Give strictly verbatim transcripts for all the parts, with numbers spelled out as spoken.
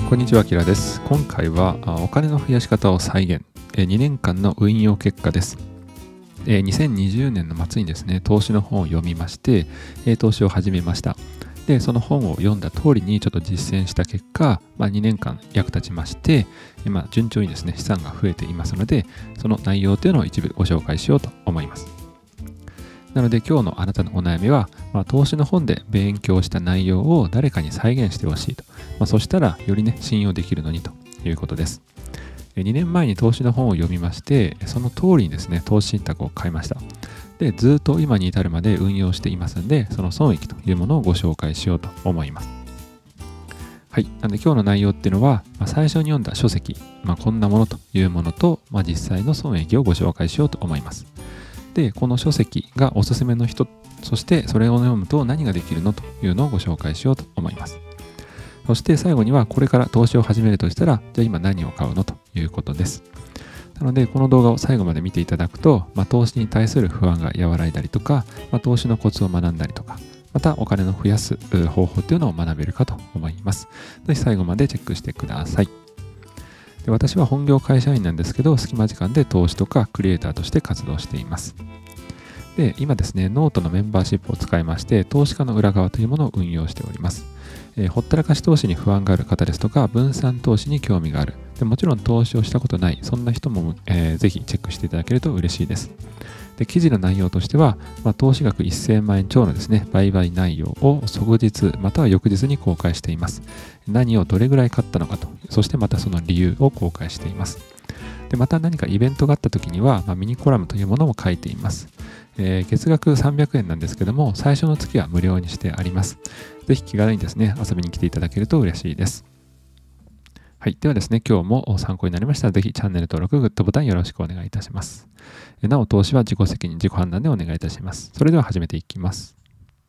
こんにちは、キラです。今回はお金の増やし方を再現、にねんかんの運用結果です。にせんにじゅうねんの末にですね、投資の本を読みまして、投資を始めました。で、その本を読んだ通りにちょっと実践した結果、まあ、にねんかん役立ちまして、今順調にですね、資産が増えていますので、その内容というのを一部ご紹介しようと思います。なので今日のあなたのお悩みは、まあ、投資の本で勉強した内容を誰かに再現してほしいと。まあ、そしたらよりね、信用できるのにということです。にねんまえに投資の本を読みまして、その通りにですね、投資信託を買いました。で、ずっと今に至るまで運用していますので、その損益というものをご紹介しようと思います。はい。なので今日の内容っていうのは、まあ、最初に読んだ書籍、まあ、こんなものというものと、まあ、実際の損益をご紹介しようと思います。で、この書籍がおすすめの人、そしてそれを読むと何ができるのというのをご紹介しようと思います。そして最後にはこれから投資を始めるとしたら、じゃあ今何を買うのということです。なのでこの動画を最後まで見ていただくと、まあ、投資に対する不安が和らいだりとか、まあ、投資のコツを学んだりとか、またお金の増やす方法というのを学べるかと思います。ぜひ最後までチェックしてください。で、私は本業会社員なんですけど、隙間時間で投資とかクリエイターとして活動しています。で、今ですね、ノートのメンバーシップを使いまして、投資家の裏側というものを運用しております。えー、ほったらかし投資に不安がある方ですとか、分散投資に興味がある。でもちろん投資をしたことない、そんな人も、えー、ぜひチェックしていただけると嬉しいです。で、記事の内容としては、まあ、投資額せんまんえん超のですね、売買内容を即日または翌日に公開しています。何をどれぐらい買ったのかと、そしてまたその理由を公開しています。で、また何かイベントがあった時には、まあ、ミニコラムというものも書いています。えー、月額さんびゃくえんなんですけども、最初の月は無料にしてあります。ぜひ気軽にですね、遊びに来ていただけると嬉しいです。はい。ではですね、今日も参考になりましたら、ぜひチャンネル登録、グッドボタンよろしくお願いいたします。なお、投資は自己責任、自己判断でお願いいたします。それでは始めていきます。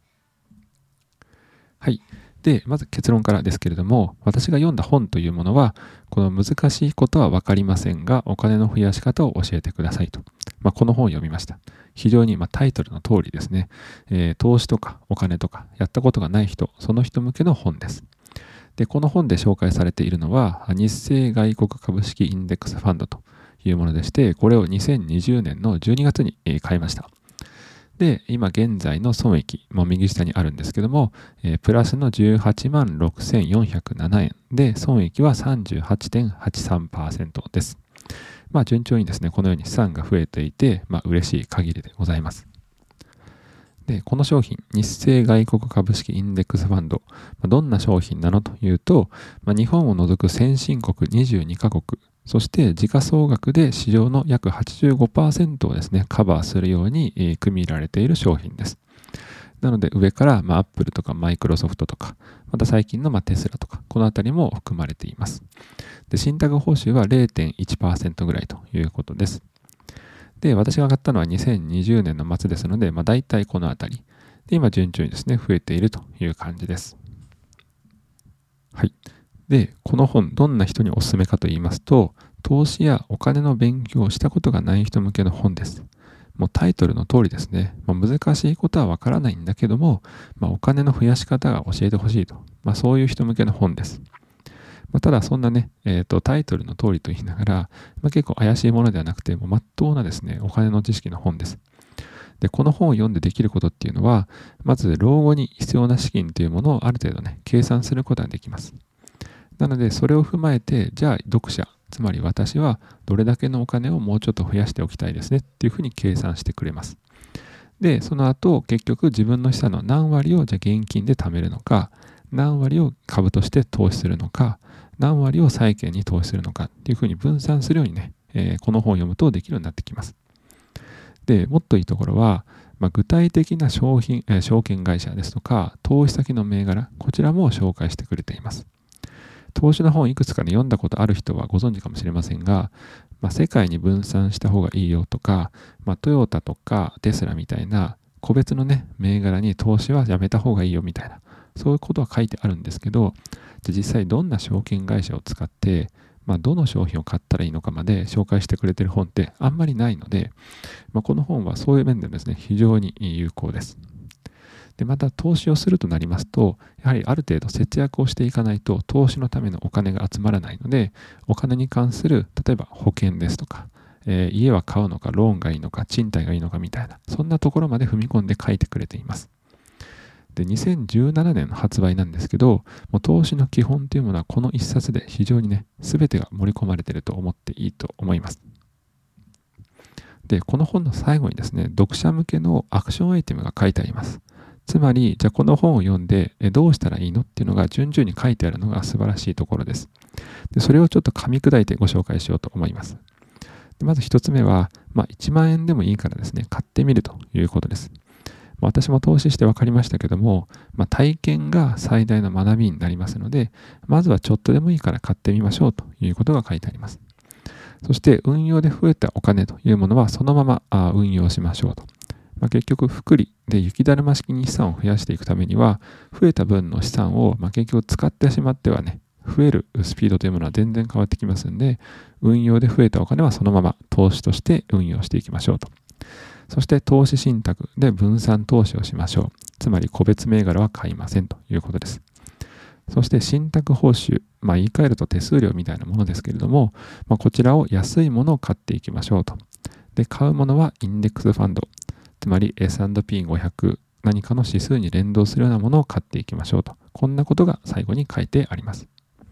はい。で、まず結論からですけれども、私が読んだ本というものは、この難しいことは分かりませんが、お金の増やし方を教えてくださいと。まあ、この本を読みました。非常にまあタイトルの通りですね、えー、投資とかお金とかやったことがない人、その人向けの本です。で、この本で紹介されているのは、日清外国株式インデックスファンドというものでして、これをにせんにじゅうねんのじゅうにがつに買いました。で、今現在の損益も右下にあるんですけども、えー、プラスのじゅうはちまんろくせんよんひゃくななえんで、損益は さんじゅうはちてんはちさんパーセント です。まあ順調にですね、このように資産が増えていて、まあ嬉しい限りでございます。で、この商品、日清外国株式インデックスファンド、どんな商品なのというと、まあ、日本を除く先進国にじゅうにカ国、そして時価総額で市場の約 はちじゅうごパーセント をですね、カバーするように組み入れられている商品です。なので上から、まあ、アップルとかマイクロソフトとか、また最近の、まあ、テスラとか、このあたりも含まれています。で、信託報酬は れいてんいちパーセント ぐらいということです。で、私が買ったのはにせんにじゅうねんの末ですので、まあ、大体このあたり。で、今順調にですね、増えているという感じです。はい。で、この本、どんな人におすすめかと言いますと、投資やお金の勉強をしたことがない人向けの本です。もうタイトルの通りですね。まあ、難しいことはわからないんだけども、まあ、お金の増やし方が教えてほしいと。まあ、そういう人向けの本です。まあ、ただそんなね、えーと、タイトルの通りと言いながら、まあ、結構怪しいものではなくて、もう真っ当なですね、お金の知識の本です。で、この本を読んでできることっていうのは、まず老後に必要な資金というものをある程度ね、計算することができます。なので、それを踏まえて、じゃあ読者、つまり私はどれだけのお金をもうちょっと増やしておきたいですねっていうふうに計算してくれます。で、その後、結局自分の資産の何割をじゃあ現金で貯めるのか、何割を株として投資するのか、何割を債券に投資するのかっていうふうに分散するようにね、えー、この本を読むとできるようになってきます。で、もっといいところは、まあ、具体的な商品、えー、証券会社ですとか、投資先の銘柄、こちらも紹介してくれています。投資の本いくつかね、読んだことある人はご存知かもしれませんが、まあ、世界に分散した方がいいよとか、まあ、トヨタとかテスラみたいな個別のね、銘柄に投資はやめた方がいいよみたいな、そういうことは書いてあるんですけど、じゃ実際どんな証券会社を使って、まあ、どの商品を買ったらいいのかまで紹介してくれてる本ってあんまりないので、まあ、この本はそういう面でですね、非常に有効です。 で、また投資をするとなりますと、やはりある程度節約をしていかないと投資のためのお金が集まらないので、お金に関する、例えば保険ですとか、えー家は買うのか、ローンがいいのか、賃貸がいいのかみたいな、そんなところまで踏み込んで書いてくれています。で、にせんじゅうななねんの発売なんですけど、もう投資の基本というものはこの一冊で非常にね、すべてが盛り込まれていると思っていいと思います。で、この本の最後にですね、読者向けのアクションアイテムが書いてあります。つまり、じゃあこの本を読んでえどうしたらいいのっていうのが順々に書いてあるのが素晴らしいところです。で、それをちょっと噛み砕いてご紹介しようと思います。でまず一つ目は、まあ、いちまん円でもいいからですね、買ってみるということです。まあ私も投資して分かりましたけども、まあ、体験が最大の学びになりますので、まずはちょっとでもいいから買ってみましょうということが書いてあります。そして運用で増えたお金というものはそのままあ運用しましょうと。まあ、結局、複利で雪だるま式に資産を増やしていくためには、増えた分の資産を、まあ、結局使ってしまってはね、増えるスピードというものは全然変わってきますので、運用で増えたお金はそのまま投資として運用していきましょうと。そして投資信託で分散投資をしましょう。つまり個別銘柄は買いませんということです。そして信託報酬、まあ、言い換えると手数料みたいなものですけれども、まあ、こちらを安いものを買っていきましょうと。で、買うものはインデックスファンド、つまり エスアンドピーごひゃく 何かの指数に連動するようなものを買っていきましょうと。こんなことが最後に書いてあります。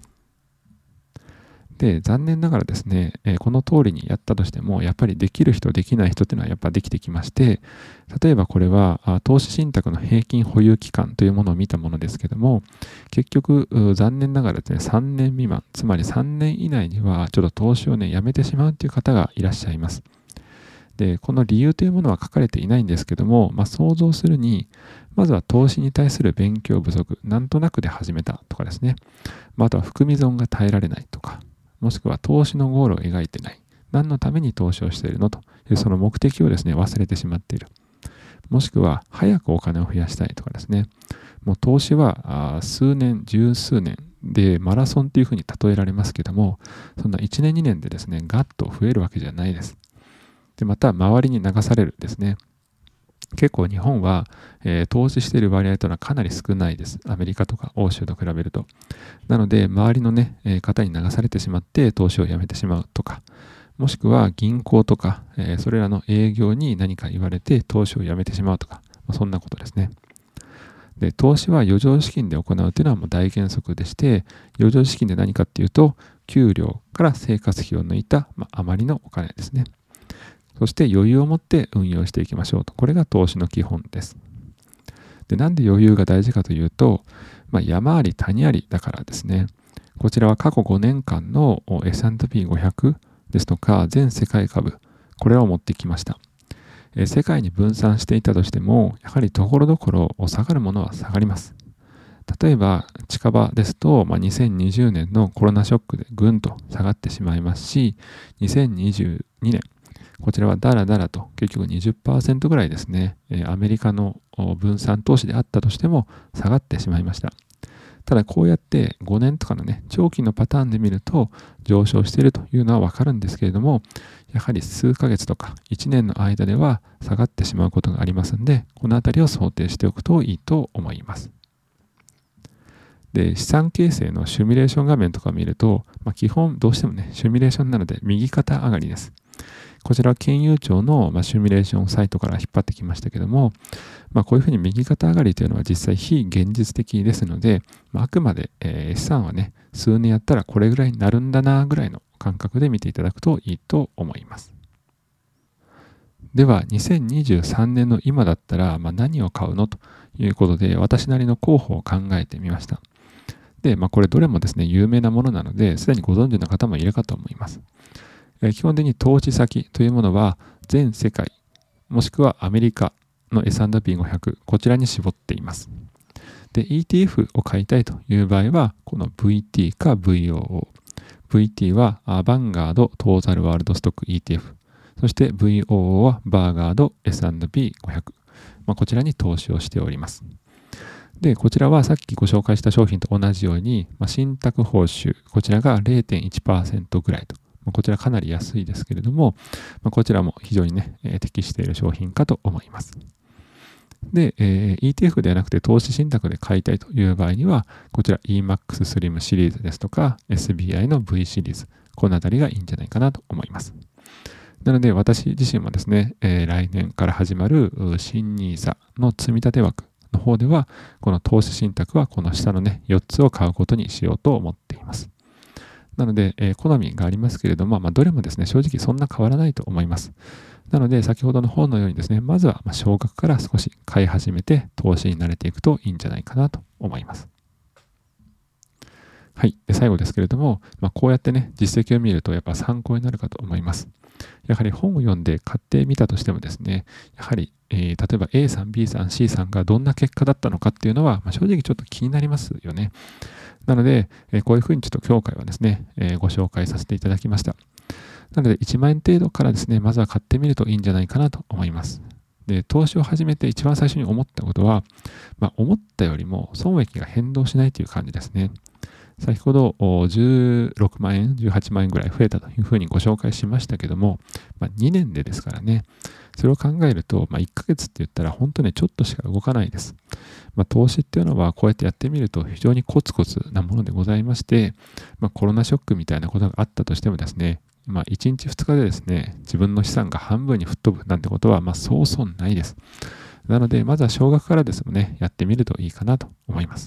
で、残念ながらですね、えーこの通りにやったとしても、やっぱりできる人、できない人っていうのはやっぱできてきまして、例えばこれはあ投資信託の平均保有期間というものを見たものですけども、結局、う残念ながらですね、さんねん未満、つまりさんねん以内にはちょっと投資をね、やめてしまうという方がいらっしゃいます。で、この理由というものは書かれていないんですけども、まあ、想像するに、まずは投資に対する勉強不足、なんとなくで始めたとかですね、まあ、あとは含み損が耐えられないとか、もしくは投資のゴールを描いてない、何のために投資をしているのというその目的をですね、忘れてしまっている。もしくは、早くお金を増やしたいとかですね、もう投資はあ数年、十数年でマラソンというふうに例えられますけども、そんないちねん、にねんでですね、ガッと増えるわけじゃないです。で、また、周りに流されるですね。結構日本は、えー投資している割合というのはかなり少ないです。アメリカとか欧州と比べると。なので、周りのね、えー方に流されてしまって投資をやめてしまうとか、もしくは銀行とか、えーそれらの営業に何か言われて投資をやめてしまうとか、まあそんなことですね。で、投資は余剰資金で行うというのはもう大原則でして、余剰資金で何かっていうと、給料から生活費を抜いた、まあ、余りのお金ですね。そして余裕を持って運用していきましょうと。これが投資の基本です。で、なんで余裕が大事かというと、まあ、山あり谷ありだからですね。こちらは過去ごねんかんの エスアンドピーごひゃく ですとか全世界株、これを持ってきました。えー世界に分散していたとしても、やはりところどころ下がるものは下がります。例えば近場ですと、まあ、にせんにじゅうねんのコロナショックでぐんと下がってしまいますし、にせんにじゅうにねん、こちらはだらだらと結局 にじゅっパーセント ぐらいですね、えーアメリカのお分散投資であったとしても下がってしまいました。ただこうやってごねんとかのね、長期のパターンで見ると上昇しているというのはわかるんですけれども、やはり数ヶ月とかいちねんの間では下がってしまうことがありますので、このあたりを想定しておくといいと思います。で、資産形成のシミュレーション画面とかを見ると、まあ、基本どうしてもね、シミュレーションなので右肩上がりです。こちらは金融庁の、まあ、シミュレーションサイトから引っ張ってきましたけども、まあ、こういうふうに右肩上がりというのは実際非現実的ですので、まあ、あくまで、えー資産はね、数年やったらこれぐらいになるんだなぐらいの感覚で見ていただくといいと思います。では、にせんにじゅうさんねんの今だったら、まあ、何を買うのということで、私なりの候補を考えてみました。で、まあ、これどれもですね、有名なものなので、すでにご存知の方もいるかと思います。えー基本的に投資先というものは、全世界、もしくはアメリカの エスアンドピーごひゃく、こちらに絞っています。で、イーティーエフ を買いたいという場合は、この ブイティー か ブイオーオー。ブイティー はバンガードトータルワールドストック イーティーエフ。そして ブイオーオー はバーガード エスアンドピーごひゃく。まあ、こちらに投資をしております。で、こちらはさっきご紹介した商品と同じように、まあ、信託報酬、こちらが れいてんいちパーセント ぐらいと。まあこちらかなり安いですけれども、まあ、こちらも非常にね、えー適している商品かと思います。 で、えー、イーティーエフ ではなくて投資信託で買いたいという場合には、こちら イーマックス Slim シリーズですとか、エスビーアイ の V シリーズ、このあたりがいいんじゃないかなと思います。なので、私自身もですね、えー、来年から始まる新ニーサの積み立て枠の方では、この投資信託はこの下のね、よっつを買うことにしようと思っています。なので、えー、好みがありますけれども、まあ、どれもですね、正直そんな変わらないと思います。なので、先ほどの本のようにですね、まずはまあ少額から少し買い始めて、投資に慣れていくといいんじゃないかなと思います。はい。で、最後ですけれども、まあ、こうやってね、実績を見るとやっぱ参考になるかと思います。やはり本を読んで買ってみたとしてもですね、やはり、えー、例えば A さん、B さん、C さんがどんな結果だったのかっていうのは、まあ、正直ちょっと気になりますよね。なので、えー、こういうふうにちょっと今回はですね、えー、ご紹介させていただきました。なので、いちまんえん程度からですね、まずは買ってみるといいんじゃないかなと思います。で、投資を始めて一番最初に思ったことは、まあ、思ったよりも損益が変動しないという感じですね。先ほどじゅうろくまんえん、じゅうはちまんえんぐらい増えたというふうにご紹介しましたけども、まあ、にねんでですからね、それを考えると、まあ、いっかげつって言ったら本当にちょっとしか動かないです。まあ、投資っていうのはこうやってやってみると非常にコツコツなものでございまして、まあ、コロナショックみたいなことがあったとしてもですね、まあ、いちにちふつかでですね、自分の資産が半分に吹っ飛ぶなんてことは、まあ、そうそうないです。なので、まずは少額からですもね、やってみるといいかなと思います。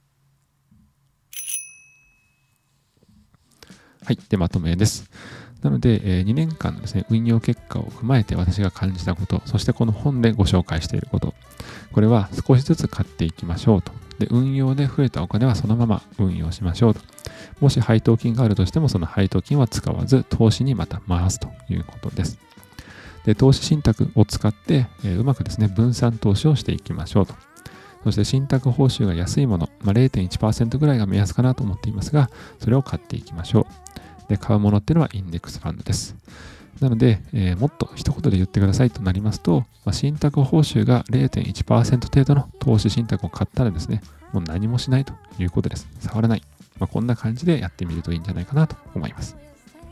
はい。で、まとめです。なので、えー、にねんかんのですね、運用結果を踏まえて私が感じたこと、そしてこの本でご紹介していること、これは少しずつ買っていきましょうと。で、運用で増えたお金はそのまま運用しましょうと。もし配当金があるとしても、その配当金は使わず、投資にまた回すということです。で、投資信託を使って、えー、うまくですね、分散投資をしていきましょうと。そして信託報酬が安いもの、まあ、れいてんいちパーセント ぐらいが目安かなと思っていますが、それを買っていきましょう。で、買うものっていうのはインデックスファンドです。なので、えー、もっと一言で言ってくださいとなりますと、まあ、信託報酬が れいてんいちパーセント 程度の投資信託を買ったらですね、もう何もしないということです。触らない。まあ、こんな感じでやってみるといいんじゃないかなと思います。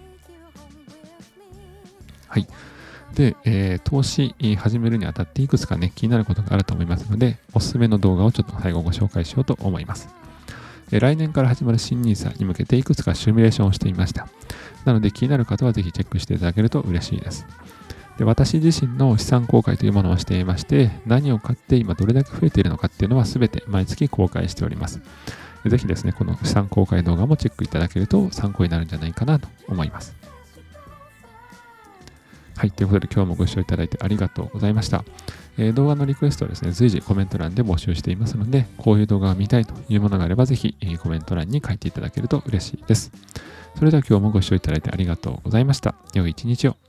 はい。で、えー、投資始めるにあたっていくつかね、気になることがあると思いますので、おすすめの動画をちょっと最後ご紹介しようと思います。えー、来年から始まる新ニーサに向けていくつかシミュレーションをしていました。なので気になる方はぜひチェックしていただけると嬉しいです。で、私自身の資産公開というものをしていまして、何を買って今どれだけ増えているのかっていうのは全て毎月公開しております。ぜひですね、この資産公開動画もチェックいただけると参考になるんじゃないかなと思います。はい。ということで今日もご視聴いただいてありがとうございました。えー、動画のリクエストはですね、随時コメント欄で募集していますので、こういう動画を見たいというものがあれば、ぜひ、えー、コメント欄に書いていただけると嬉しいです。それでは今日もご視聴いただいてありがとうございました。良い一日を。